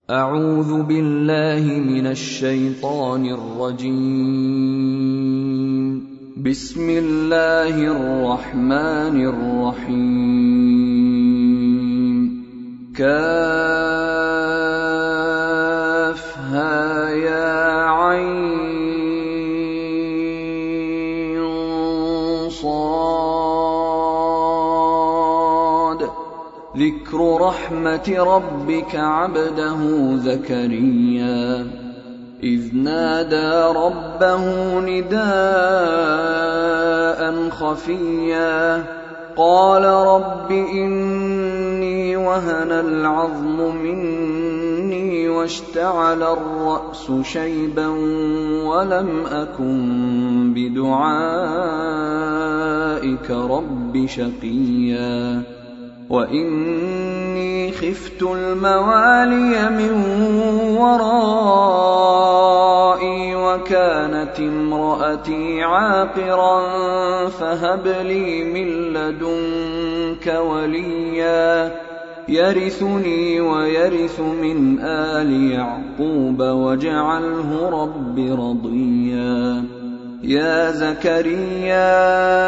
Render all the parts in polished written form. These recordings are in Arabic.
أعوذ بالله من الشيطان الرجيم. بسم الله الرحمن الرحيم. كافها يا عين صاد. ذكر رحمة ربك عبده زكريا إذ نادى ربه نداء خفيا قال رب إني وهن العظم مني واشتعل الرأس شيبا ولم أكن بدعائك رب شقيا وإني خفت الموالي من ورائي وكانت امرأتي عاقرا فهب لي من لدنك وليا يرثني ويرث من آل يعقوب واجعله رب رضيا. يا زكريا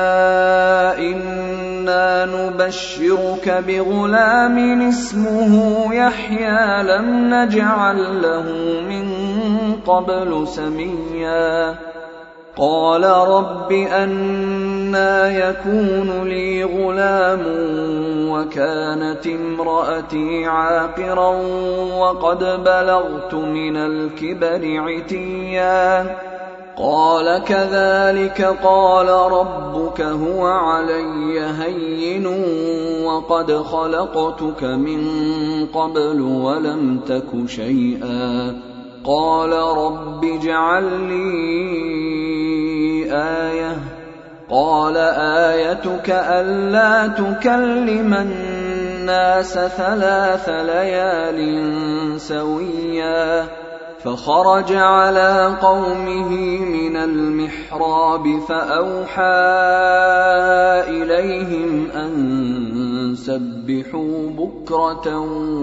إنا نبشرك بغلام اسمه يحيى لم نجعل له من قبل سميا. قال رب أنى يكون لي غلام وكانت امرأتي عاقرا وقد بلغت من الكبر عتيا. قال كذلك قال ربك هو علي هين وقد خلقتك من قبل ولم تك شيئا. قال رب اجعل لي آية. قال آيتك ألا تكلم الناس 3 ليال سويا. فخرج على قومه من المحراب فأوحى إليهم أن سبحوا بكرة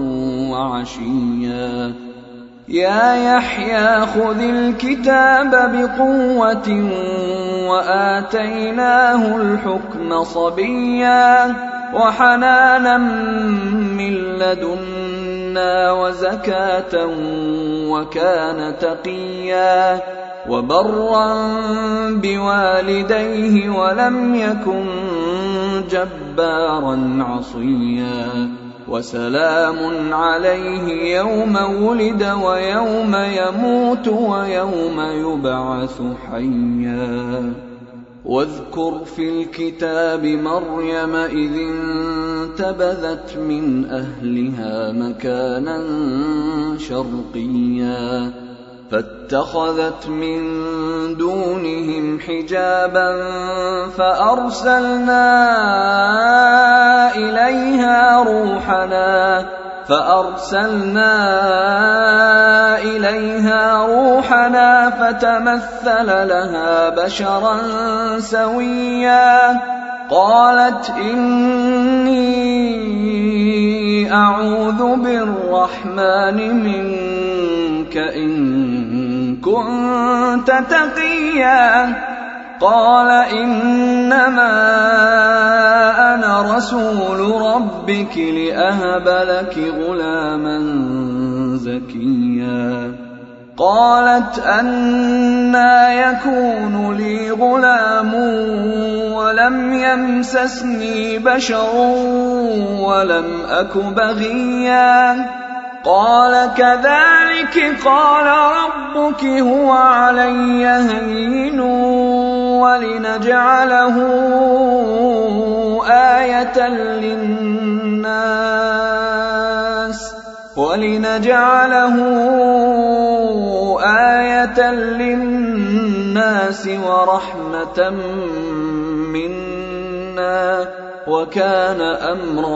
وعشيا. يا يحيى خذ الكتاب بقوة وآتيناه الحكم صبيا وحنانا من لدنا وزكاة وكان تقيا وبرا بوالديه ولم يكن جبارا عصيا. وسلام عليه يوم ولد ويوم يموت ويوم يبعث حيا. واذكر في الكتاب مريم إذ انتبذت من أهلها مكانا شرقيا فاتخذت من دونهم حجابا فأرسلنا إليها روحنا فتمثل لها بشرا سويا. قالت إني أعوذ بالرحمن منك إن كنت تقيا. قال إنما أنا رسول ربك لأهب لك غلاما زكيا. قالت أنى يكون لي غلام ولم يمسسني بشر ولم أك بغيا. قال كذلك قال ربك هو علي هين ولنجعله آية للناس ورحمة منا وكان أمرا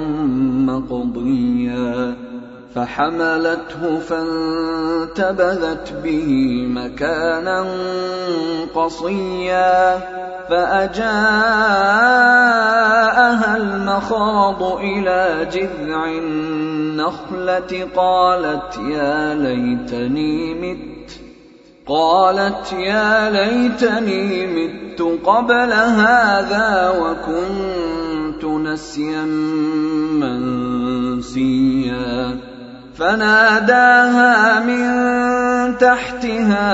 مقضيا. فحملته فانتبذت به مكانا قصيا فأجاءها المخاض إلى جذع النخلة قالت يا ليتني مت قبل هذا وكنت نسيا منسيا فناداها من تحتها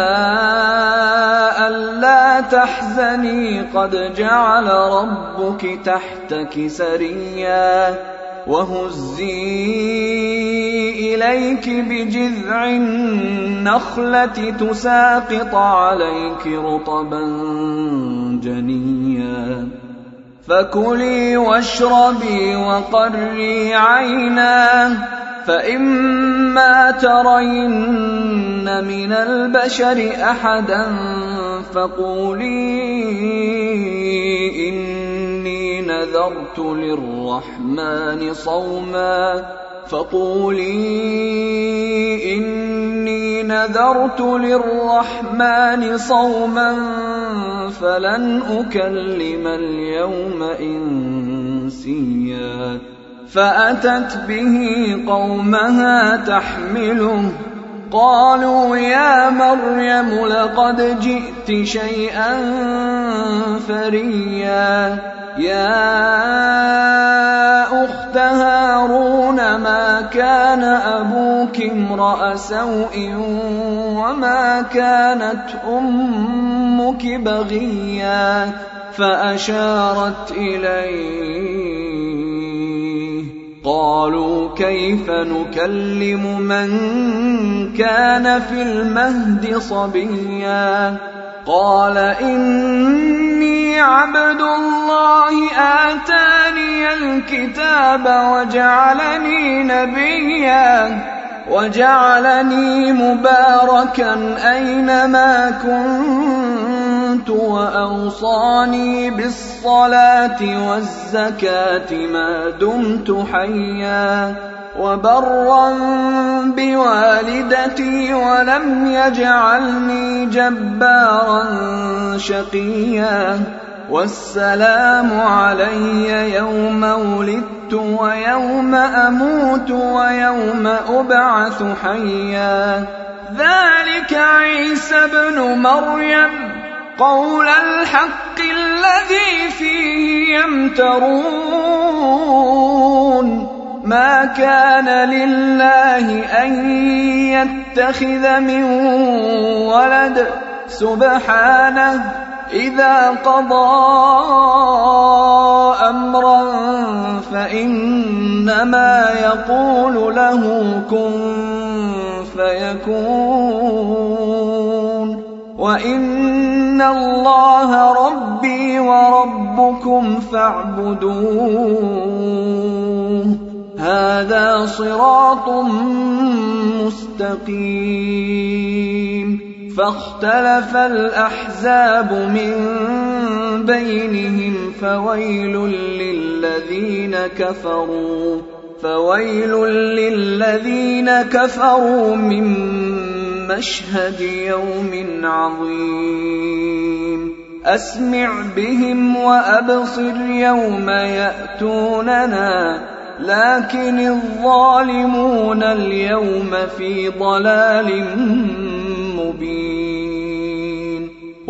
ألا تحزني قد جعل ربك تحتك سريا وهزي إليك بجذع النخلة تساقط عليك رطبا جنيا فكلي واشربي وقري عينا فإما ترين من البشر أحدا فقولي إني نذرت للرحمن صوما فلن أكلم اليوم إنسيا فأتت به قومها تحمله قالوا يا مريم لقد جئت شيئا فريا يا أخت هارون ما كان أبوك امرأ سوء وما كانت أمك بغيا فأشارت إليه قالوا كيف نكلم من كان في المهد صبيا قال إني عبد الله آتاني الكتاب وجعلني نبيا وجعلني مباركا أينما كنت وأوصاني بالصلاة والزكاة ما دمت حيا وبرا بوالدتي ولم يجعلني جبارا شقيا والسلام علي يوم ولدت ويوم أموت ويوم أبعث حيا ذلك عيسى ابن مريم قول الحق الذي فيه يمترون ما كان لله أن يتخذ من ولد سبحانه إذا قضى أمرا فإنما يقول له كن فيكون وإن الله ربي وربكم فاعبدوه هذا صراط مستقيم فاختلف الأحزاب من بينهم فويل للذين كفروا من مشهد يوم عظيم أسمع بهم وأبصر يوم يأتوننا لكن الظالمون اليوم في ضلال مبين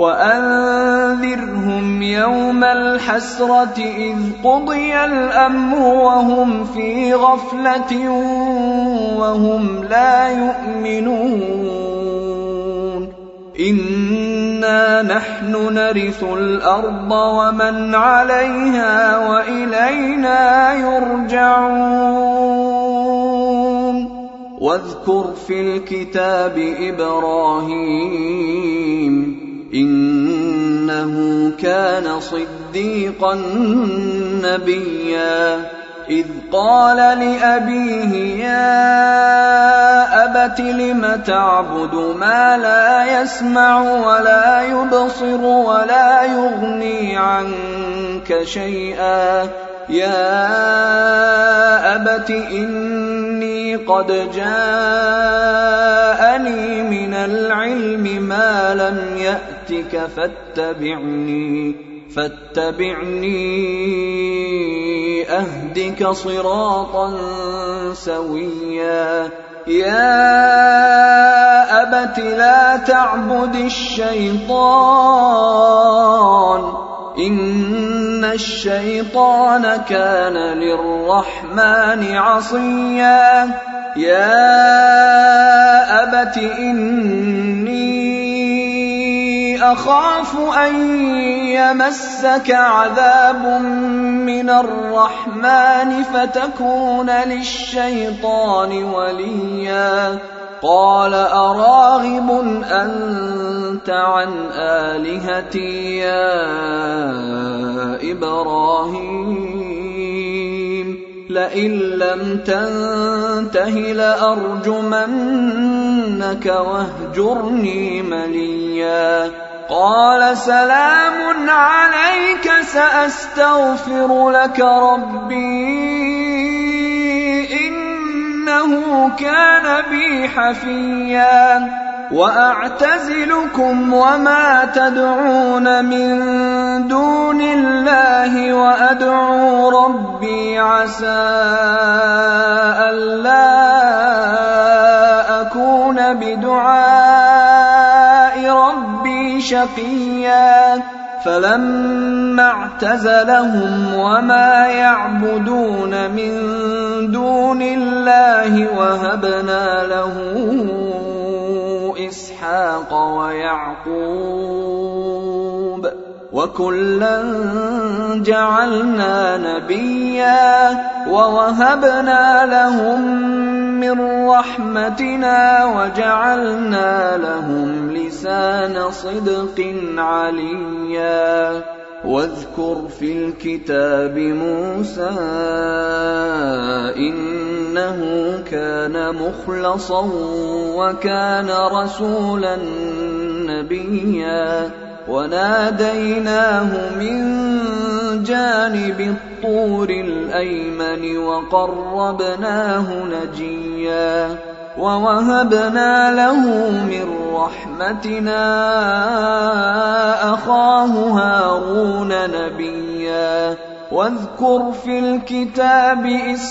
وأنذرهم يوم الحسرة إذ قضي الأمر وهم في غفلة وهم لا يؤمنون إنا نحن نرث الأرض ومن عليها وإلينا يرجعون واذكر في الكتاب إبراهيم إنه كان صديقا نبيا إذ قال لأبيه يا أبت لم تعبد ما لا يسمع ولا يبصر ولا يغني عنك شيئا يا أبت إني قد جاءني من العلم ما لم يأتك فاتبعني أهدك صراطا سويا يا أبت لا تعبد الشيطان إن الشيطان كان للرحمن عصيا يا أبت إني أخاف أن يمسك عذاب من الرحمن فتكون للشيطان وليا قال أراغب أنت عن آلهتي يا إبراهيم لئن لم تنته لأرجمنك واهجرني مليا قال سلام عليك سأستغفر لك ربي إنه كان بي حفيا وأعتزلكم وما تدعون من دون الله وأدعو ربي عسى ألا أكون بدعاء ربي شقيا فلما اعتزلهم وما يعبدون من دون الله وهبنا له إسحاق ويعقوب وكلا جعلنا نبيا ووهبنا لهم من رحمتنا وجعلنا لهم لسان صدق عليا واذكر في الكتاب موسى إنه كان مخلصا وكان رسولا نبيا وناديناه من جانب الطور الأيمن وقربناه نجيا ووهبنا له من رحمتنا أخاه هارون نبيا واذكر في الكتاب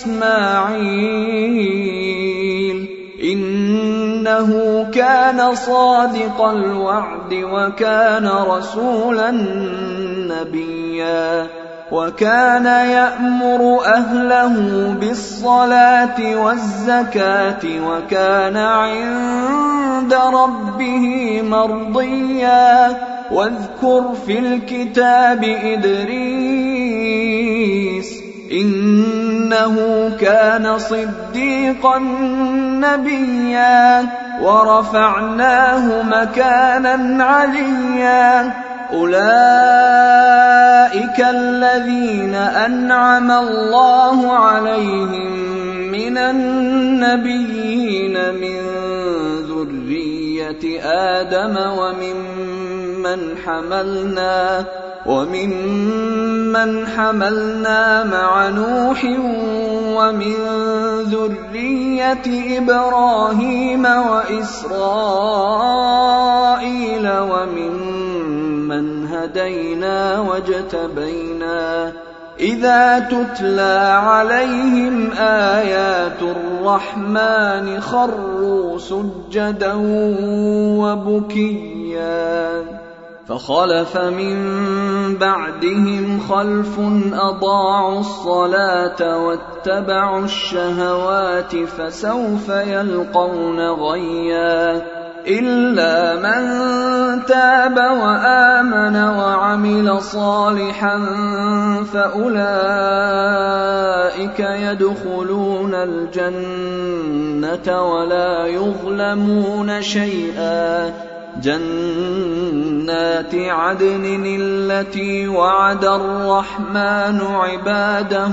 إسماعيل إنه كان صادق الوعد وكان رسولا نبيا وكان يأمر أهله بالصلاة والزكاة وكان عند ربه مرضيا واذكر في الكتاب إدريس إنه كان صديقا نبيا ورفعناه مكانا عليا أولئك الذين أنعم الله عليهم من النبيين من ذرية آدم وممن حملنا مع نوح ومن ذرية إبراهيم وإسرائيل وممن هدينا واجتبينا إذا تتلى عليهم آيات الرحمن خروا سجدا وبكيا فخلف من بعدهم خلف أضاعوا الصلاة واتبعوا الشهوات فسوف يلقون غيا إلا من تاب وآمن وعمل صالحا فأولئك يدخلون الجنة ولا يظلمون شيئا جنات عدن التي وعد الرحمن عباده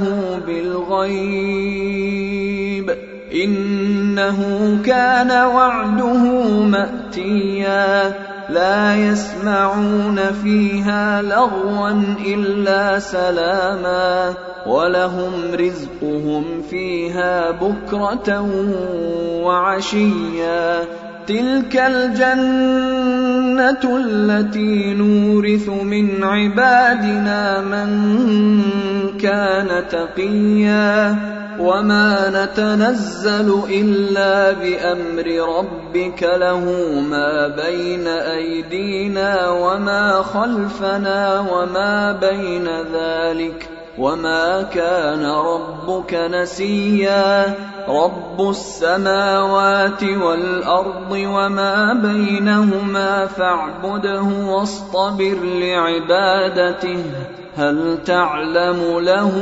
بالغيب إنه كان وعده مأتيا لا يسمعون فيها لغوا إلا سلاما ولهم رزقهم فيها بكرة وعشيا تلك الجنة التي نورث من عبادنا من كان تقيا وما نتنزل إلا بأمر ربك له ما بين أيدينا وما خلفنا وما بين ذلك وما كان ربك نسيا رب السماوات والأرض وما بينهما فاعبده واصطبر لعبادته هل تعلم له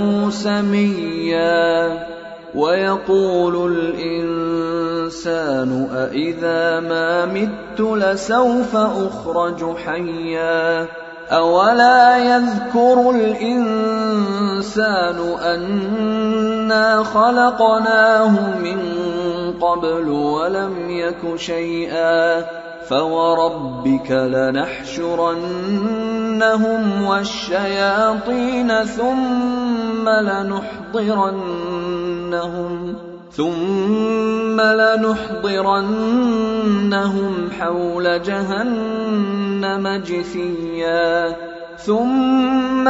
سميا ويقول الإنسان أإذا ما مت لسوف أخرج حيا أولا يذكر الإنسان أنا خلقناه من قبل ولم يك شيئا فوربك لنحشرنهم والشياطين ثم لنحضرنهم حول جهنم جثيا ثم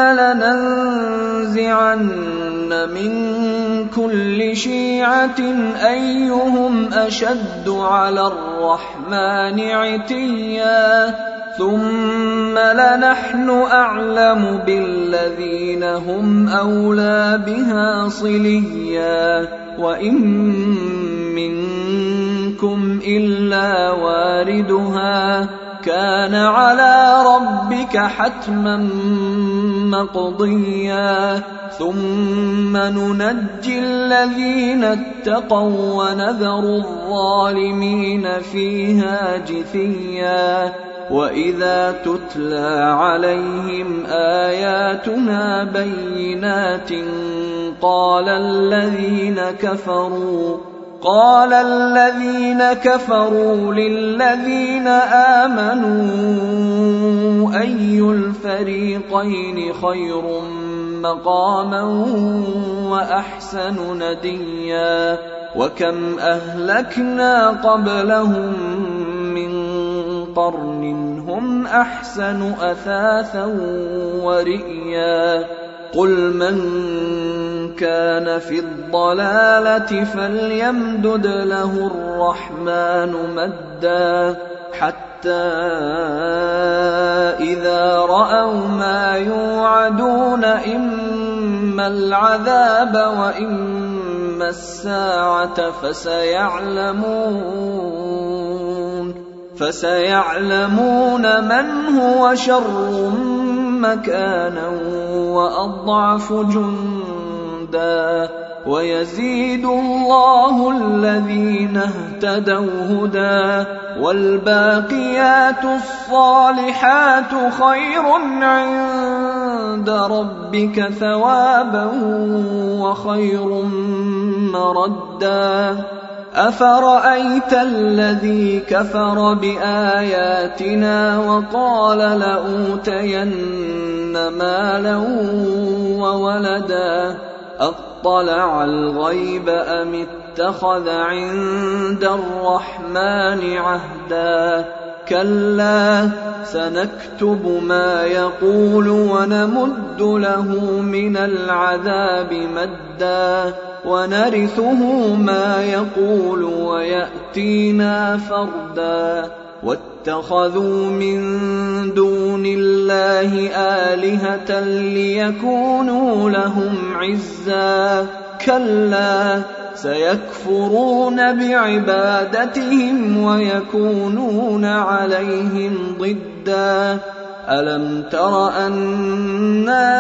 لننزعن من كل شيعة أيهم أشد على الرحمن عتيا ثم لنحن أعلم بالذين هم أولى بها صليا وإن منكم إلا واردها كان على ربك حتما مقضيا ثم ننجي الذين اتقوا ونذر الظالمين فيها جثيا وإذا تتلى عليهم آياتنا بينات قال الذين كفروا للذين آمنوا أي الفريقين خير مقاما وأحسن نديا وكم أهلكنا قبلهم من قرن هم أحسن أثاثا ورئيا قل من كان في الضلالة فليمدد له الرحمن مدا حتى إذا رأوا ما يوعدون إما العذاب وإما الساعة فسيعلمون من هو شر مكانا وأضعف جندا ويزيد الله الذين اهتدوا هدى والباقيات الصالحات خير عند ربك ثوابا وخير مردا أفرأيت الذي كفر بآياتنا وقال لأوتين مالا وولدا أطلع الغيب أم اتخذ عند الرحمن عهدا كلا سنكتب ما يقول ونمد له من العذاب مدا ونرثه ما يقول ويأتينا فردا واتخذوا من دون الله آلهة ليكونوا لهم عزا كلا سيكفرون بعبادتهم ويكونون عليهم ضدا ألم تر أنا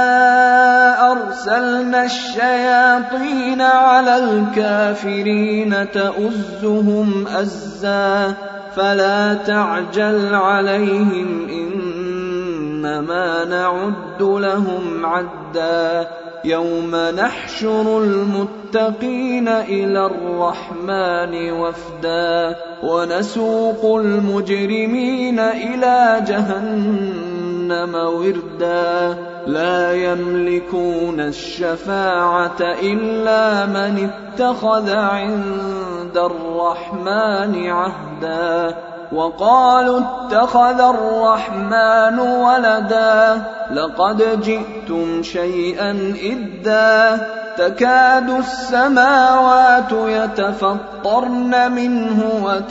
أرسلنا الشياطين على الكافرين تؤزهم أزا فلا تعجل عليهم إنما نعد لهم عدا يوم نحشر المتقين إلى الرحمن وفدا ونسوق المجرمين إلى جهنم وردا لا يملكون الشفاعة إلا من اتخذ عند الرحمن عهدا وقالوا اتخذ الرحمن ولدا لقد جئتم شيئا إدا تكاد السماوات يتفطرن منه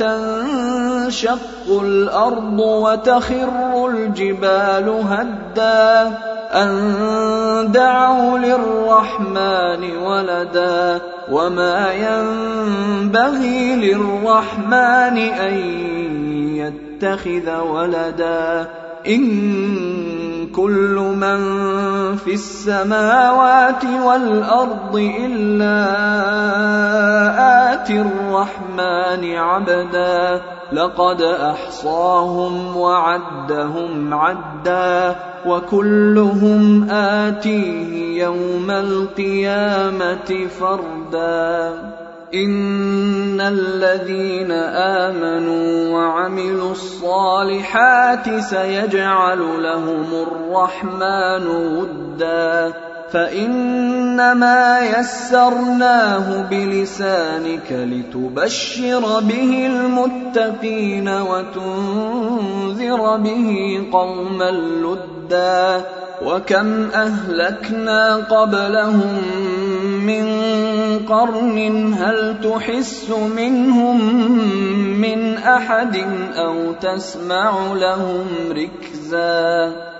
وتنشق الأرض وتخر الجبال هدا أن دعوا للرحمن ولدا وما ينبغي للرحمن أن يتخذ ولدا إن كل من في السماوات والأرض إلا آتي الرحمن عبدا لقد أحصاهم وعدهم عدا وكلهم آتيه يوم القيامة فردا إن الذين آمنوا وعملوا الصالحات سيجعل لهم الرحمن ودا فإنما يسرناه بلسانك لتبشر به المتقين وتنذر به قوما لدا وكم أهلكنا قبلهم من قرن هل تحس منهم من أحد أو تسمع لهم ركزا